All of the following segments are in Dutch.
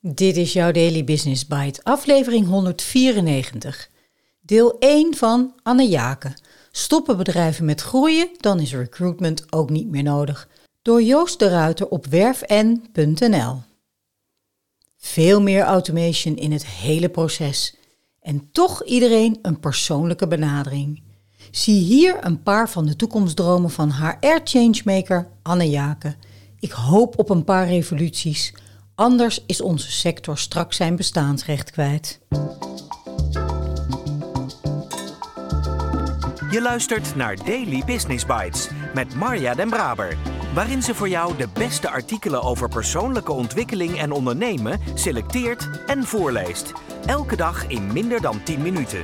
Dit is jouw Daily Business Bite, aflevering 194. Deel 1 van Anne Jake. Stoppen bedrijven met groeien, dan is recruitment ook niet meer nodig. Door Joost de Ruiter op werfn.nl. Veel meer automation in het hele proces. En toch iedereen een persoonlijke benadering. Zie hier een paar van de toekomstdromen van HR-changemaker Anne Jake. Ik hoop op een paar revoluties. Anders is onze sector straks zijn bestaansrecht kwijt. Je luistert naar Daily Business Bites met Marja Den Braber, waarin ze voor jou de beste artikelen over persoonlijke ontwikkeling en ondernemen selecteert en voorleest. Elke dag in minder dan 10 minuten.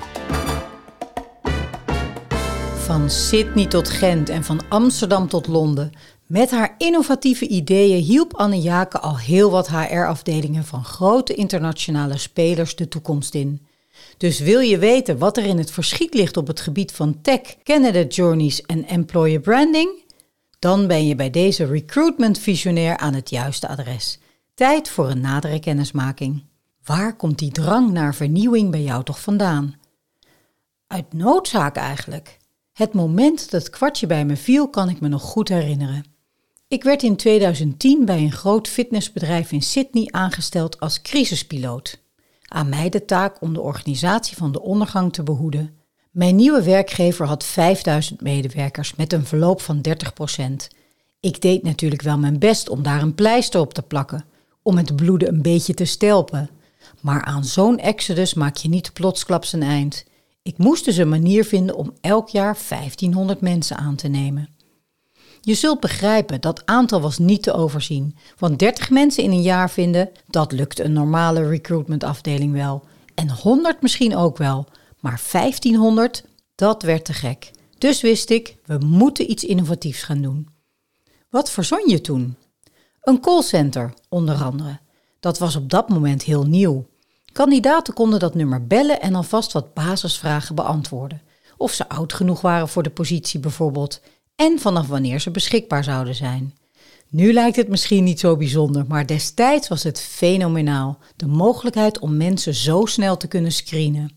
Van Sydney tot Gent en van Amsterdam tot Londen. Met haar innovatieve ideeën hielp Anne Jake al heel wat HR-afdelingen van grote internationale spelers de toekomst in. Dus wil je weten wat er in het verschiet ligt op het gebied van tech, candidate journeys en employer branding? Dan ben je bij deze recruitment visionair aan het juiste adres. Tijd voor een nadere kennismaking. Waar komt die drang naar vernieuwing bij jou toch vandaan? Uit noodzaak eigenlijk. Het moment dat het kwartje bij me viel kan ik me nog goed herinneren. Ik werd in 2010 bij een groot fitnessbedrijf in Sydney aangesteld als crisispiloot. Aan mij de taak om de organisatie van de ondergang te behoeden. Mijn nieuwe werkgever had 5000 medewerkers met een verloop van 30%. Ik deed natuurlijk wel mijn best om daar een pleister op te plakken, om het bloeden een beetje te stelpen. Maar aan zo'n exodus maak je niet plotsklaps een eind. Ik moest dus een manier vinden om elk jaar 1500 mensen aan te nemen. Je zult begrijpen, dat aantal was niet te overzien. Want 30 mensen in een jaar vinden, dat lukt een normale recruitmentafdeling wel. En 100 misschien ook wel. Maar 1500, dat werd te gek. Dus wist ik, we moeten iets innovatiefs gaan doen. Wat verzon je toen? Een callcenter, onder andere. Dat was op dat moment heel nieuw. Kandidaten konden dat nummer bellen en alvast wat basisvragen beantwoorden. Of ze oud genoeg waren voor de positie bijvoorbeeld. En vanaf wanneer ze beschikbaar zouden zijn. Nu lijkt het misschien niet zo bijzonder, maar destijds was het fenomenaal. De mogelijkheid om mensen zo snel te kunnen screenen.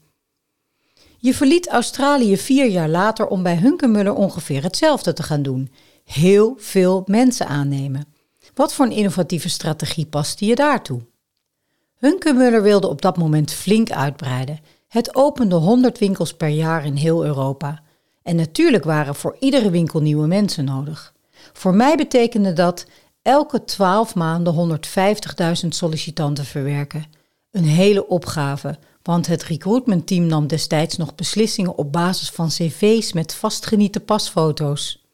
Je verliet Australië 4 jaar later om bij Hunkemöller ongeveer hetzelfde te gaan doen. Heel veel mensen aannemen. Wat voor een innovatieve strategie paste je daartoe? Hunkemöller wilde op dat moment flink uitbreiden. Het opende 100 winkels per jaar in heel Europa. En natuurlijk waren voor iedere winkel nieuwe mensen nodig. Voor mij betekende dat elke 12 maanden 150.000 sollicitanten verwerken. Een hele opgave, want het recruitmentteam nam destijds nog beslissingen op basis van cv's met vastgeniete pasfoto's.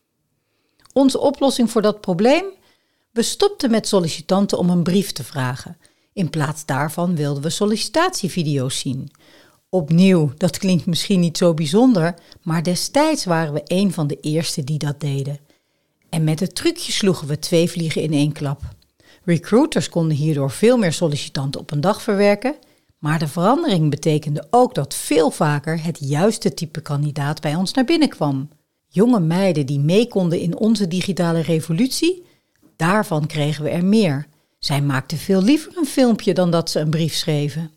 Onze oplossing voor dat probleem? We stopten met sollicitanten om een brief te vragen. In plaats daarvan wilden we sollicitatievideo's zien. Opnieuw, dat klinkt misschien niet zo bijzonder, maar destijds waren we een van de eerste die dat deden. En met het trucje sloegen we 2 vliegen in 1 klap. Recruiters konden hierdoor veel meer sollicitanten op een dag verwerken, maar de verandering betekende ook dat veel vaker het juiste type kandidaat bij ons naar binnen kwam. Jonge meiden die mee konden in onze digitale revolutie, daarvan kregen we er meer. Zij maakten veel liever een filmpje dan dat ze een brief schreven.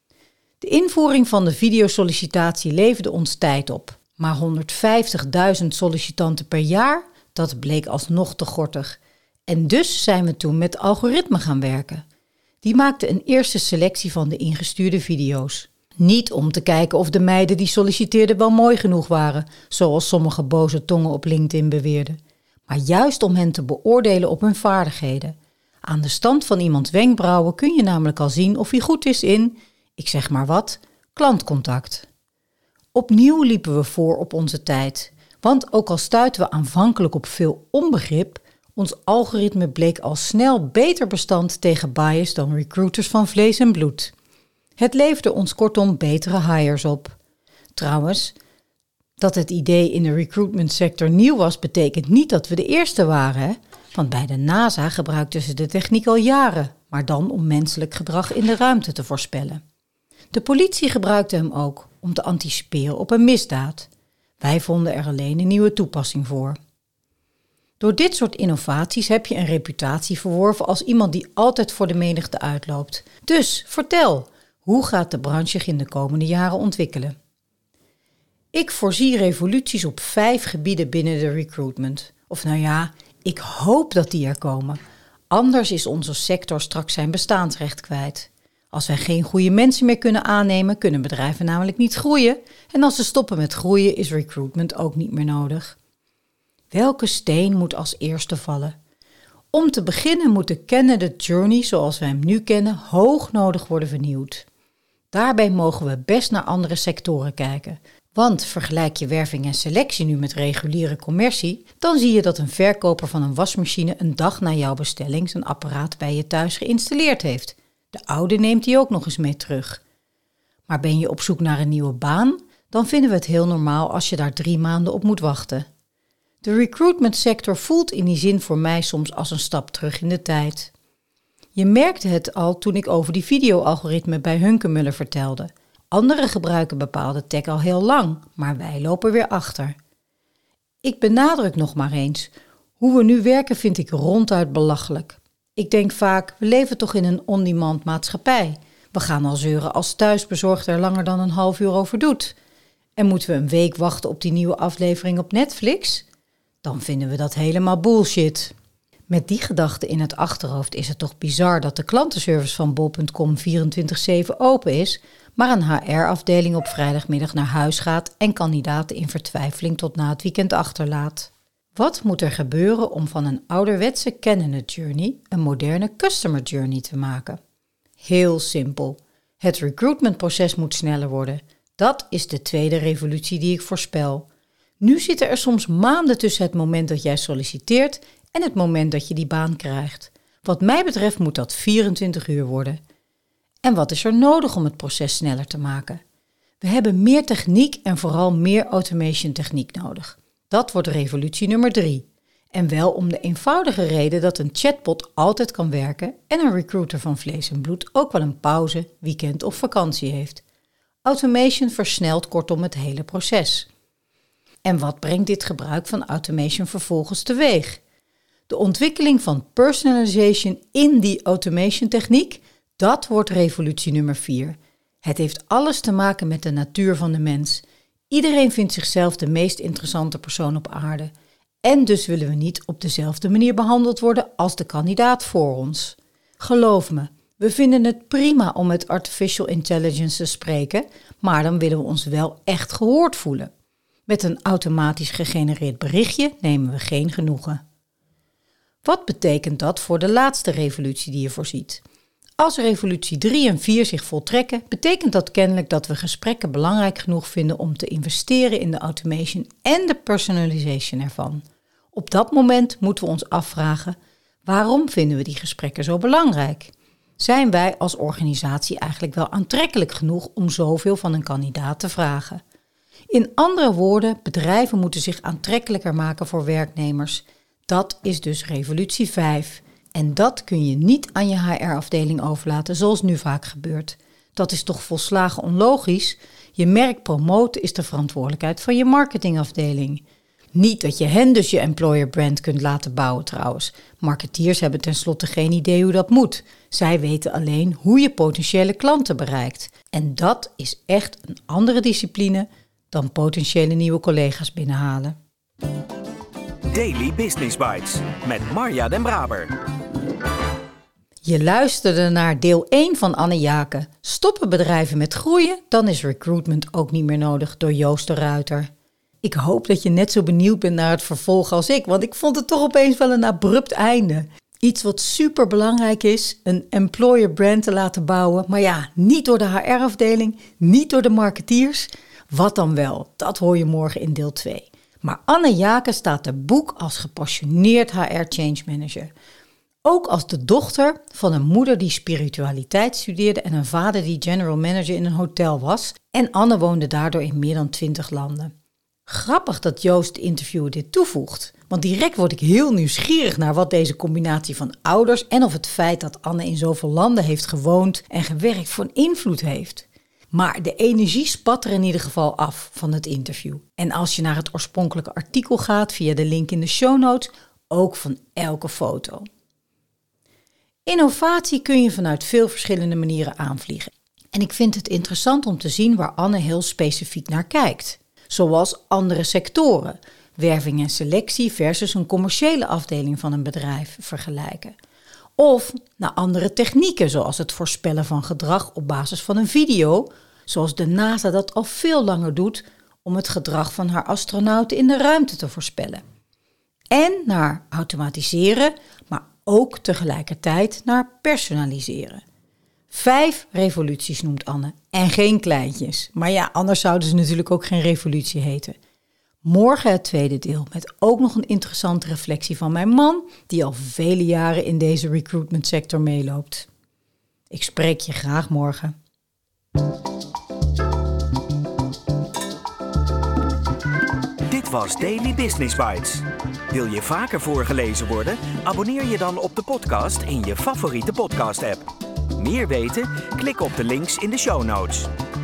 De invoering van de videosollicitatie leverde ons tijd op. Maar 150.000 sollicitanten per jaar, dat bleek alsnog te gortig. En dus zijn we toen met algoritme gaan werken. Die maakten een eerste selectie van de ingestuurde video's. Niet om te kijken of de meiden die solliciteerden wel mooi genoeg waren, zoals sommige boze tongen op LinkedIn beweerden. Maar juist om hen te beoordelen op hun vaardigheden. Aan de stand van iemands wenkbrauwen kun je namelijk al zien of hij goed is in, ik zeg maar wat, klantcontact. Opnieuw liepen we voor op onze tijd, want ook al stuitten we aanvankelijk op veel onbegrip, ons algoritme bleek al snel beter bestand tegen bias dan recruiters van vlees en bloed. Het leverde ons kortom betere hires op. Trouwens, dat het idee in de recruitmentsector nieuw was, betekent niet dat we de eerste waren, hè? Want bij de NASA gebruikten ze de techniek al jaren, maar dan om menselijk gedrag in de ruimte te voorspellen. De politie gebruikte hem ook om te anticiperen op een misdaad. Wij vonden er alleen een nieuwe toepassing voor. Door dit soort innovaties heb je een reputatie verworven als iemand die altijd voor de menigte uitloopt. Dus vertel, hoe gaat de branche zich in de komende jaren ontwikkelen? Ik voorzie revoluties op 5 gebieden binnen de recruitment. Of ik hoop dat die er komen. Anders is onze sector straks zijn bestaansrecht kwijt. Als wij geen goede mensen meer kunnen aannemen, kunnen bedrijven namelijk niet groeien. En als ze stoppen met groeien, is recruitment ook niet meer nodig. Welke steen moet als eerste vallen? Om te beginnen moet de candidate journey, zoals wij hem nu kennen, hoognodig worden vernieuwd. Daarbij mogen we best naar andere sectoren kijken. Want vergelijk je werving en selectie nu met reguliere commercie, dan zie je dat een verkoper van een wasmachine een dag na jouw bestelling zijn apparaat bij je thuis geïnstalleerd heeft. De oude neemt hij ook nog eens mee terug. Maar ben je op zoek naar een nieuwe baan, dan vinden we het heel normaal als je daar 3 maanden op moet wachten. De recruitment sector voelt in die zin voor mij soms als een stap terug in de tijd. Je merkte het al toen ik over die video-algoritme bij Hunkemuller vertelde. Anderen gebruiken bepaalde tech al heel lang, maar wij lopen weer achter. Ik benadruk nog maar eens, hoe we nu werken vind ik ronduit belachelijk. Ik denk vaak, we leven toch in een on-demand maatschappij. We gaan al zeuren als thuisbezorgd er langer dan een half uur over doet. En moeten we een week wachten op die nieuwe aflevering op Netflix? Dan vinden we dat helemaal bullshit. Met die gedachte in het achterhoofd is het toch bizar dat de klantenservice van bol.com 24/7 open is, maar een HR-afdeling op vrijdagmiddag naar huis gaat en kandidaten in vertwijfeling tot na het weekend achterlaat. Wat moet er gebeuren om van een ouderwetse candidate journey een moderne customer journey te maken? Heel simpel. Het recruitmentproces moet sneller worden. Dat is de tweede revolutie die ik voorspel. Nu zitten er soms maanden tussen het moment dat jij solliciteert en het moment dat je die baan krijgt. Wat mij betreft moet dat 24 uur worden. En wat is er nodig om het proces sneller te maken? We hebben meer techniek en vooral meer automation techniek nodig. Dat wordt revolutie nummer 3. En wel om de eenvoudige reden dat een chatbot altijd kan werken en een recruiter van vlees en bloed ook wel een pauze, weekend of vakantie heeft. Automation versnelt kortom het hele proces. En wat brengt dit gebruik van automation vervolgens teweeg? De ontwikkeling van personalization in die automation techniek, dat wordt revolutie nummer 4. Het heeft alles te maken met de natuur van de mens. Iedereen vindt zichzelf de meest interessante persoon op aarde. En dus willen we niet op dezelfde manier behandeld worden als de kandidaat voor ons. Geloof me, we vinden het prima om met artificial intelligence te spreken, maar dan willen we ons wel echt gehoord voelen. Met een automatisch gegenereerd berichtje nemen we geen genoegen. Wat betekent dat voor de laatste revolutie die je voorziet? Als revolutie 3 en 4 zich voltrekken, betekent dat kennelijk dat we gesprekken belangrijk genoeg vinden om te investeren in de automation en de personalization ervan. Op dat moment moeten we ons afvragen, waarom vinden we die gesprekken zo belangrijk? Zijn wij als organisatie eigenlijk wel aantrekkelijk genoeg om zoveel van een kandidaat te vragen? In andere woorden, bedrijven moeten zich aantrekkelijker maken voor werknemers. Dat is dus revolutie 5. En dat kun je niet aan je HR-afdeling overlaten zoals nu vaak gebeurt. Dat is toch volslagen onlogisch? Je merk promoten is de verantwoordelijkheid van je marketingafdeling. Niet dat je hen dus je employer brand kunt laten bouwen trouwens. Marketeers hebben tenslotte geen idee hoe dat moet. Zij weten alleen hoe je potentiële klanten bereikt. En dat is echt een andere discipline dan potentiële nieuwe collega's binnenhalen. Daily Business Bites met Marja den Braber. Je luisterde naar deel 1 van Anne Jake. Stoppen bedrijven met groeien, dan is recruitment ook niet meer nodig door Joost de Ruiter. Ik hoop dat je net zo benieuwd bent naar het vervolg als ik, want ik vond het toch opeens wel een abrupt einde. Iets wat super belangrijk is, een employer brand te laten bouwen, maar ja, niet door de HR-afdeling, niet door de marketeers. Wat dan wel? Dat hoor je morgen in deel 2. Maar Anne Jake staat te boek als gepassioneerd HR-change manager. Ook als de dochter van een moeder die spiritualiteit studeerde en een vader die general manager in een hotel was. En Anne woonde daardoor in meer dan 20 landen. Grappig dat Joost de interviewer dit toevoegt. Want direct word ik heel nieuwsgierig naar wat deze combinatie van ouders en of het feit dat Anne in zoveel landen heeft gewoond en gewerkt voor een invloed heeft. Maar de energie spat er in ieder geval af van het interview. En als je naar het oorspronkelijke artikel gaat via de link in de show notes, ook van elke foto. Innovatie kun je vanuit veel verschillende manieren aanvliegen. En ik vind het interessant om te zien waar Anne heel specifiek naar kijkt. Zoals andere sectoren, werving en selectie versus een commerciële afdeling van een bedrijf vergelijken. Of naar andere technieken, zoals het voorspellen van gedrag op basis van een video, zoals de NASA dat al veel langer doet om het gedrag van haar astronauten in de ruimte te voorspellen. En naar automatiseren, maar ook tegelijkertijd naar personaliseren. 5 revoluties noemt Anne en geen kleintjes. Maar ja, anders zouden ze natuurlijk ook geen revolutie heten. Morgen het tweede deel met ook nog een interessante reflectie van mijn man, die al vele jaren in deze recruitment sector meeloopt. Ik spreek je graag morgen. Dit was Daily Business Bites. Wil je vaker voorgelezen worden? Abonneer je dan op de podcast in je favoriete podcast-app. Meer weten? Klik op de links in de show notes.